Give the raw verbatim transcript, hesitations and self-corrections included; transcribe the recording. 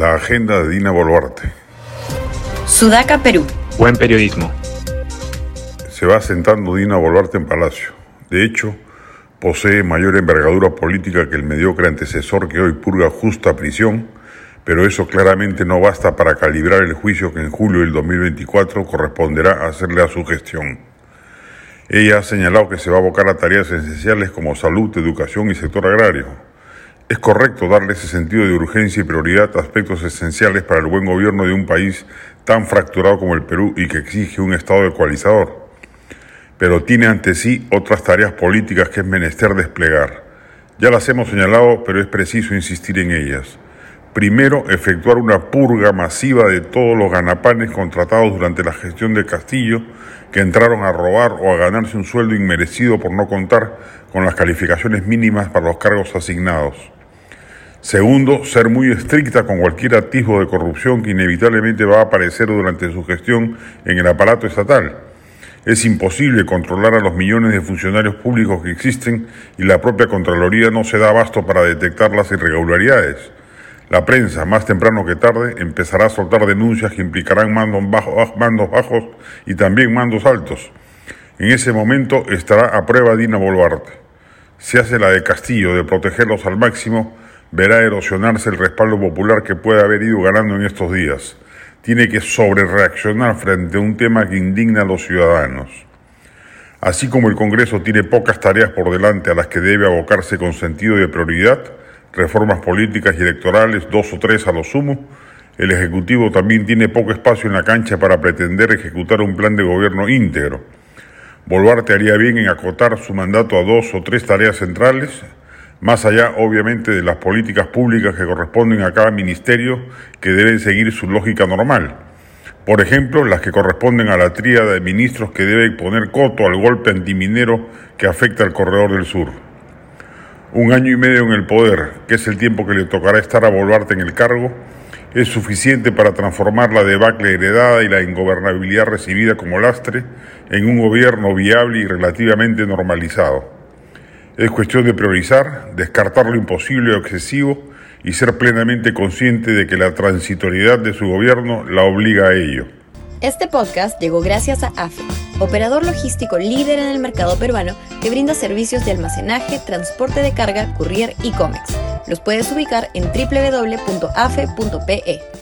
La agenda de Dina Boluarte. Sudaca, Perú. Buen periodismo. Se va sentando Dina Boluarte en Palacio. De hecho, posee mayor envergadura política que el mediocre antecesor que hoy purga justa prisión, pero eso claramente no basta para calibrar el juicio que en julio del dos mil veinticuatro corresponderá hacerle a su gestión. Ella ha señalado que se va a abocar a tareas esenciales como salud, educación y sector agrario. Es correcto darle ese sentido de urgencia y prioridad a aspectos esenciales para el buen gobierno de un país tan fracturado como el Perú y que exige un Estado ecualizador. Pero tiene ante sí otras tareas políticas que es menester desplegar. Ya las hemos señalado, pero es preciso insistir en ellas. Primero, efectuar una purga masiva de todos los ganapanes contratados durante la gestión de Castillo que entraron a robar o a ganarse un sueldo inmerecido por no contar con las calificaciones mínimas para los cargos asignados. Segundo, ser muy estricta con cualquier atisbo de corrupción que inevitablemente va a aparecer durante su gestión en el aparato estatal. Es imposible controlar a los millones de funcionarios públicos que existen y la propia Contraloría no se da abasto para detectar las irregularidades. La prensa, más temprano que tarde, empezará a soltar denuncias que implicarán mandos bajos, mandos bajos y también mandos altos. En ese momento estará a prueba Dina Boluarte. Si hace la de Castillo de protegerlos al máximo, verá erosionarse el respaldo popular que puede haber ido ganando en estos días. Tiene que sobrereaccionar frente a un tema que indigna a los ciudadanos. Así como el Congreso tiene pocas tareas por delante a las que debe abocarse con sentido de prioridad, reformas políticas y electorales, dos o tres a lo sumo, el Ejecutivo también tiene poco espacio en la cancha para pretender ejecutar un plan de gobierno íntegro. Boluarte haría bien en acotar su mandato a dos o tres tareas centrales, más allá, obviamente, de las políticas públicas que corresponden a cada ministerio que deben seguir su lógica normal. Por ejemplo, las que corresponden a la tríada de ministros que debe poner coto al golpe antiminero que afecta al corredor del sur. Un año y medio en el poder, que es el tiempo que le tocará estar a Boluarte en el cargo, es suficiente para transformar la debacle heredada y la ingobernabilidad recibida como lastre en un gobierno viable y relativamente normalizado. Es cuestión de priorizar, descartar lo imposible o excesivo y ser plenamente consciente de que la transitoriedad de su gobierno la obliga a ello. Este podcast llegó gracias a AFE, operador logístico líder en el mercado peruano que brinda servicios de almacenaje, transporte de carga, courier y cómics. Los puedes ubicar en doble u doble u doble u punto afe punto pe.